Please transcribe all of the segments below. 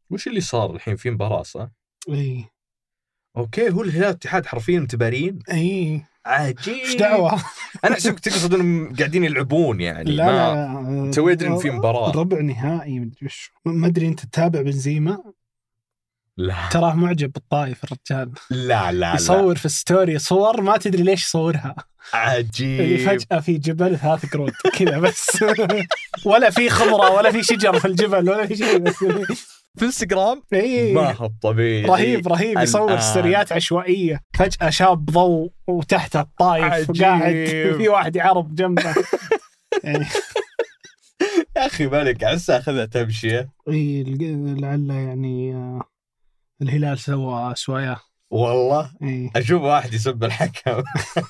وش اللي صار الحين في مباراة صح؟ اي اوكي، هو الهلال والاتحاد حرفيا متبارين. اي عجيب. ايش دعوة؟ انا احسبك تقصد انهم قاعدين يلعبون يعني. لا ما لا توي ادري إن في مباراة ربع نهائي مدري وش. ما ادري انت تتابع بنزيما؟ لا تراه معجب بالطايف الرجال. لا لا يصور في الستوري صور ما تدري ليش يصورها. اللي عجيب. فجأة في جبل 3 قرود كذا بس. ولا في خضرة ولا في شجر في الجبل ولا في شيء بس. في انستغرام إيه. ما هو طبيعي. رهيب يصور ستوريات عشوائية. فجأة شاب ضوء وتحته الطايف وقاعد في واحد يعرض جنبه. يعني يا أخي مالك عسى أخذها تمشية. إيه لعل يعني الهلال سوى سوايا والله إيه. أشوف واحد يسب الحكم.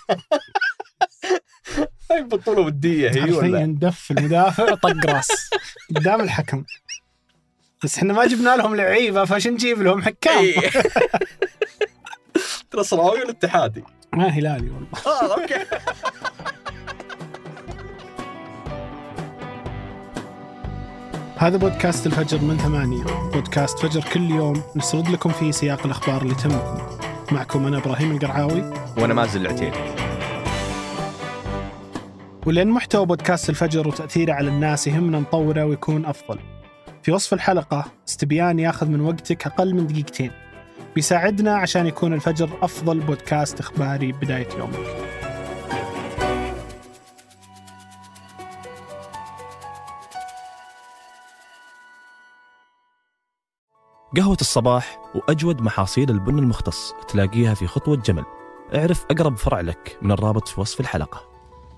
هاي بطولة ودية هي ولا؟ دف المدافع طق راس قدام الحكم. بس احنا ما جبنا لهم لعيبة فاش نجيب لهم حكام. ترى صراوي ولا اتحادي؟ ما هلالي والله. أوكي. هذا بودكاست الفجر من 8. بودكاست فجر كل يوم نسرد لكم فيه سياق الأخبار اللي تهمكم. معكم أنا إبراهيم القرعاوي وأنا مازل العتيبي. ولأن محتوى بودكاست الفجر وتأثيره على الناس يهمنا نطوره ويكون أفضل. في وصف الحلقة استبيان ياخذ من وقتك أقل من 2 دقيقتين بيساعدنا عشان يكون الفجر أفضل بودكاست إخباري بداية يومك. قهوة الصباح وأجود محاصيل البن المختص تلاقيها في خطوة جمل. اعرف أقرب فرع لك من الرابط في وصف الحلقة.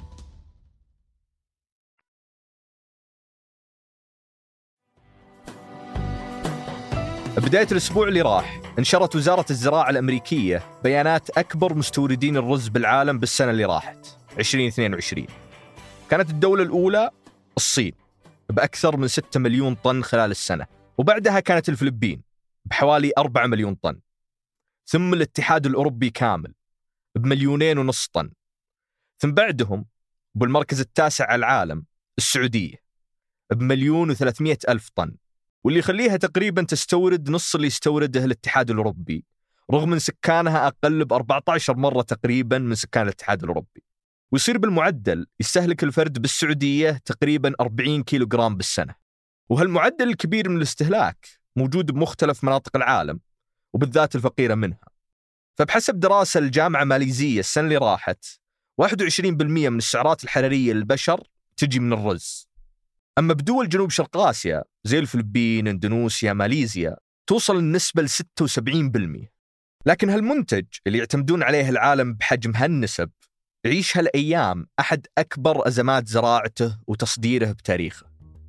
بداية الأسبوع اللي راح نشرت وزارة الزراعة الأمريكية بيانات أكبر مستوردين الرز بالعالم بالسنة اللي راحت 2022. كانت الدولة الأولى الصين بأكثر من 6 مليون طن خلال السنة، وبعدها كانت الفلبين بحوالي 4 مليون طن، ثم الاتحاد الأوروبي كامل ب2.5 مليون طن، ثم بعدهم بالمركز التاسع على العالم السعودية ب1,300,000 طن، واللي يخليها تقريبا تستورد نص اللي يستورده الاتحاد الأوروبي، رغم أن سكانها أقل ب14 مرة تقريبا من سكان الاتحاد الأوروبي. ويصير بالمعدل يستهلك الفرد بالسعودية تقريبا 40 كيلوغرام بالسنة، وهالمعدل الكبير من الاستهلاك موجود بمختلف مناطق العالم وبالذات الفقيرة منها. فبحسب دراسة الجامعة ماليزية السنة اللي راحت 21% من السعرات الحرارية للبشر تجي من الرز. أما بدول جنوب شرق آسيا زي الفلبين، اندونيسيا، ماليزيا توصل النسبة ل76%. لكن هالمنتج اللي يعتمدون عليه العالم بحجم هالنسب يعيش هالأيام أحد أكبر أزمات زراعته وتصديره بتاريخه.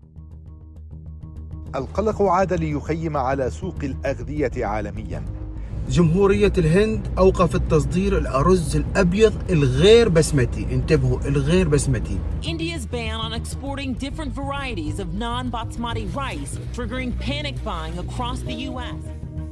القلق عاد ليخيم على سوق الأغذية عالمياً. جمهورية الهند أوقفت تصدير الأرز الأبيض الغير بسمتي. انتبهوا، الغير بسمتي. India's ban on exporting different varieties of non-basmati rice, triggering panic buying across the US.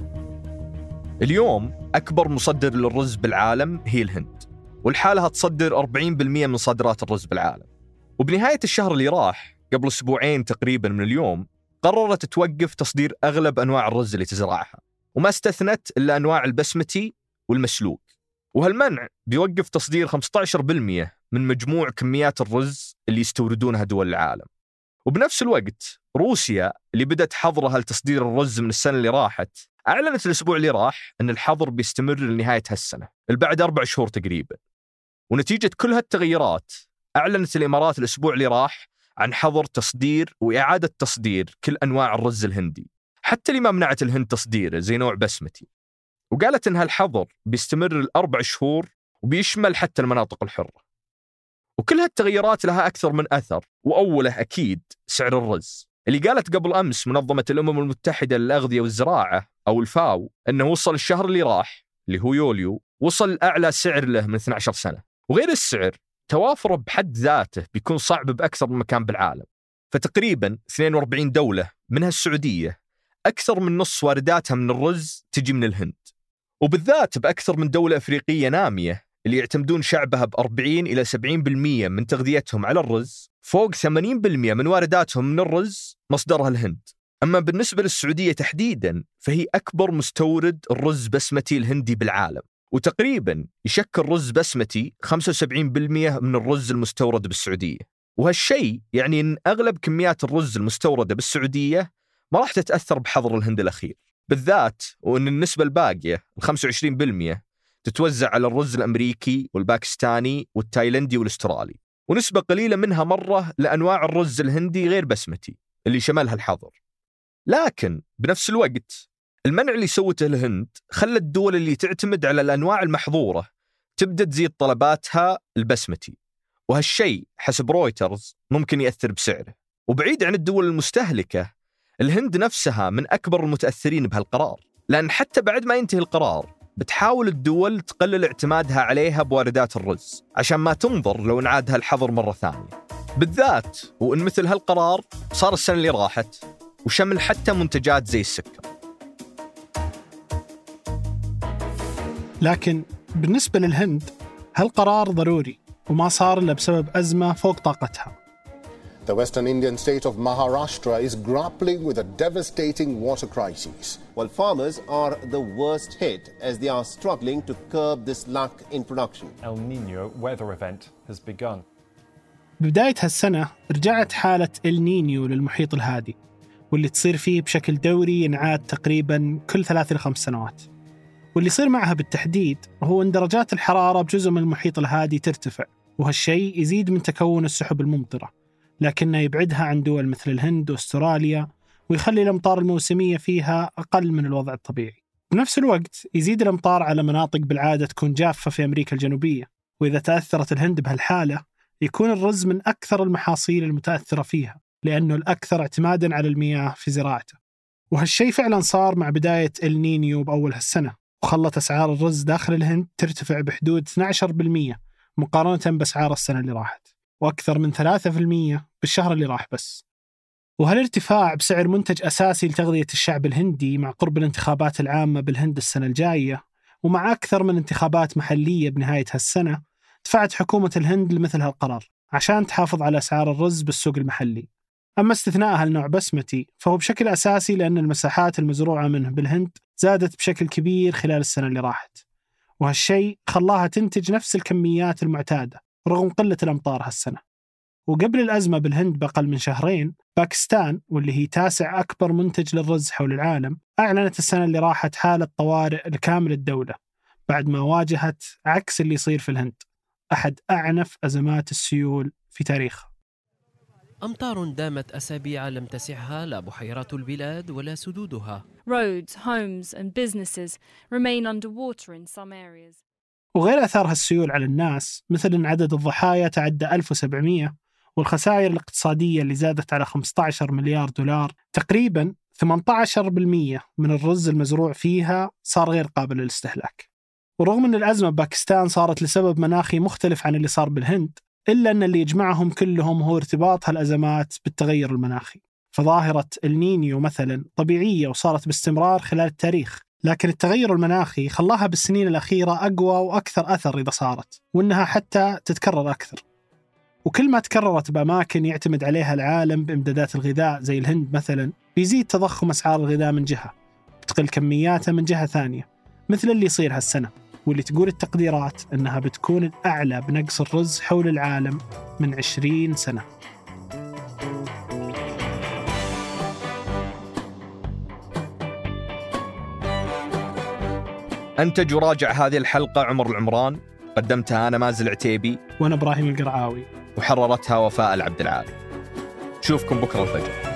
اليوم أكبر مصدر للرز بالعالم هي الهند، والحالة تصدر 40% من صادرات الرز بالعالم. وبنهاية الشهر اللي راح قبل أسبوعين تقريبا من اليوم قررت توقف تصدير أغلب أنواع الرز اللي تزرعها، وما استثنت إلا أنواع البسمتي والمسلوق. وهالمنع بيوقف تصدير 15% من مجموع كميات الرز اللي يستوردونها دول العالم. وبنفس الوقت روسيا اللي بدأت حظرها لتصدير الرز من السنة اللي راحت أعلنت الأسبوع اللي راح أن الحظر بيستمر لنهاية هالسنة بعد 4 شهور تقريبا. ونتيجة كل هالتغيرات أعلنت الإمارات الأسبوع اللي راح عن حظر تصدير وإعادة تصدير كل أنواع الرز الهندي، حتى اللي ما منعت الهند تصديره زي نوع بسمتي. وقالت إن هالحظر بيستمر ل4 شهور وبيشمل حتى المناطق الحرة. وكل هالتغيرات لها أكثر من أثر، وأوله أكيد سعر الرز اللي قالت قبل أمس منظمة الأمم المتحدة للأغذية والزراعة أو الفاو أنه وصل الشهر اللي راح اللي هو يوليو وصل أعلى سعر له من 12 سنة. وغير السعر توافره بحد ذاته بيكون صعب بأكثر من مكان بالعالم. فتقريبا 42 دولة منها السعودية أكثر من نص وارداتها من الرز تجي من الهند، وبالذات بأكثر من دولة أفريقية نامية اللي يعتمدون شعبها ب40 إلى 70% من تغذيتهم على الرز. فوق 80% من وارداتهم من الرز مصدرها الهند، أما بالنسبة للسعودية تحديداً فهي أكبر مستورد الرز بسمتي الهندي بالعالم، وتقريباً يشكل رز بسمتي 75% من الرز المستورد بالسعودية. وهالشيء يعني أن أغلب كميات الرز المستوردة بالسعودية ما راح تتأثر بحظر الهند الأخير بالذات، وأن النسبة الباقية 25% تتوزع على الرز الأمريكي والباكستاني والتايلندي والأسترالي، ونسبة قليلة منها مرة لأنواع الرز الهندي غير بسمتي اللي شملها الحظر. لكن بنفس الوقت المنع اللي سوته الهند خلى الدول اللي تعتمد على الأنواع المحظورة تبدأ تزيد طلباتها البسمتي، وهالشيء حسب رويترز ممكن يأثر بسعره. وبعيد عن الدول المستهلكة، الهند نفسها من أكبر المتأثرين بهالقرار، لأن حتى بعد ما ينتهي القرار بتحاول الدول تقلل اعتمادها عليها بواردات الرز عشان ما تنظر لو انعاد هالحظر مرة ثانية، بالذات وإن مثل هالقرار صار السنة اللي راحت وشمل حتى منتجات زي السكر. لكن بالنسبة للهند هالقرار ضروري وما صار إلا بسبب أزمة فوق طاقتها. The Western Indian state of Maharashtra is grappling with a devastating water crisis, while farmers are the worst hit as they are struggling to curb this lack in production. El Niño weather event has begun. ببداية هالسنة رجعت حالة النينيو للمحيط الهادي، واللي تصير فيه بشكل دوري ينعاد تقريباً كل 3 إلى 5 سنوات. واللي يصير معها بالتحديد هو أن درجات الحرارة بجزء من المحيط الهادي ترتفع، وهالشيء يزيد من تكون السحب الممطرة، لكنه يبعدها عن دول مثل الهند واستراليا ويخلي الأمطار الموسمية فيها أقل من الوضع الطبيعي. بنفس الوقت يزيد الأمطار على مناطق بالعادة تكون جافة في أمريكا الجنوبية، وإذا تأثرت الهند بهالحالة يكون الرز من أكثر المحاصيل المتأثرة فيها لأنه الأكثر اعتماداً على المياه في زراعته. وهالشيء فعلاً صار مع بداية النينيو بأول هالسنة، وخلت أسعار الرز داخل الهند ترتفع بحدود 12% مقارنة بأسعار السنة اللي راحت، وأكثر من 3% بالشهر اللي راح بس. وهالارتفاع بسعر منتج أساسي لتغذية الشعب الهندي مع قرب الانتخابات العامة بالهند السنة الجاية، ومع أكثر من انتخابات محلية بنهاية هالسنة، دفعت حكومة الهند لمثل هالقرار عشان تحافظ على أسعار الرز بالسوق المحلي. أما استثناء هالنوع بسمتي فهو بشكل أساسي لأن المساحات المزروعة منه بالهند زادت بشكل كبير خلال السنة اللي راحت، وهالشيء خلاها تنتج نفس الكميات المعتادة رغم قلة الأمطار هالسنة. وقبل الأزمة بالهند بأقل من شهرين، باكستان واللي هي 9 أكبر منتج للرز حول العالم أعلنت السنة اللي راحت حالة طوارئ لكامل الدولة بعد ما واجهت عكس اللي يصير في الهند، أحد أعنف أزمات السيول في تاريخها. أمطار دامت أسابيع لم تسعها لا بحيرات البلاد ولا سدودها. Roads, homes and businesses remain underwater in some areas. وغير أثار هالسيول على الناس، مثل أن عدد الضحايا تعدى 1700، والخسائر الاقتصادية اللي زادت على 15 مليار دولار. تقريباً 18% من الرز المزروع فيها صار غير قابل للاستهلاك. ورغم أن الأزمة بباكستان صارت لسبب مناخي مختلف عن اللي صار بالهند، إلا أن اللي يجمعهم كلهم هو ارتباط هالأزمات بالتغير المناخي. فظاهرة النينيو مثلاً طبيعية وصارت باستمرار خلال التاريخ، لكن التغير المناخي خلاها بالسنين الأخيرة أقوى وأكثر أثر إذا صارت، وأنها حتى تتكرر أكثر. وكل ما تكررت بأماكن يعتمد عليها العالم بإمدادات الغذاء زي الهند مثلاً، بيزيد تضخم أسعار الغذاء من جهة، بتقل كمياته من جهة ثانية، مثل اللي يصير هالسنة، واللي تقول التقديرات أنها بتكون الأعلى بنقص الرز حول العالم من 20 سنة. أنتج وراجع هذه الحلقة عمر العمران، قدمتها أنا مازل العتيبي، وأنا إبراهيم القرعاوي، وحررتها وفاء العبد العالي. نشوفكم بكرة الفجر.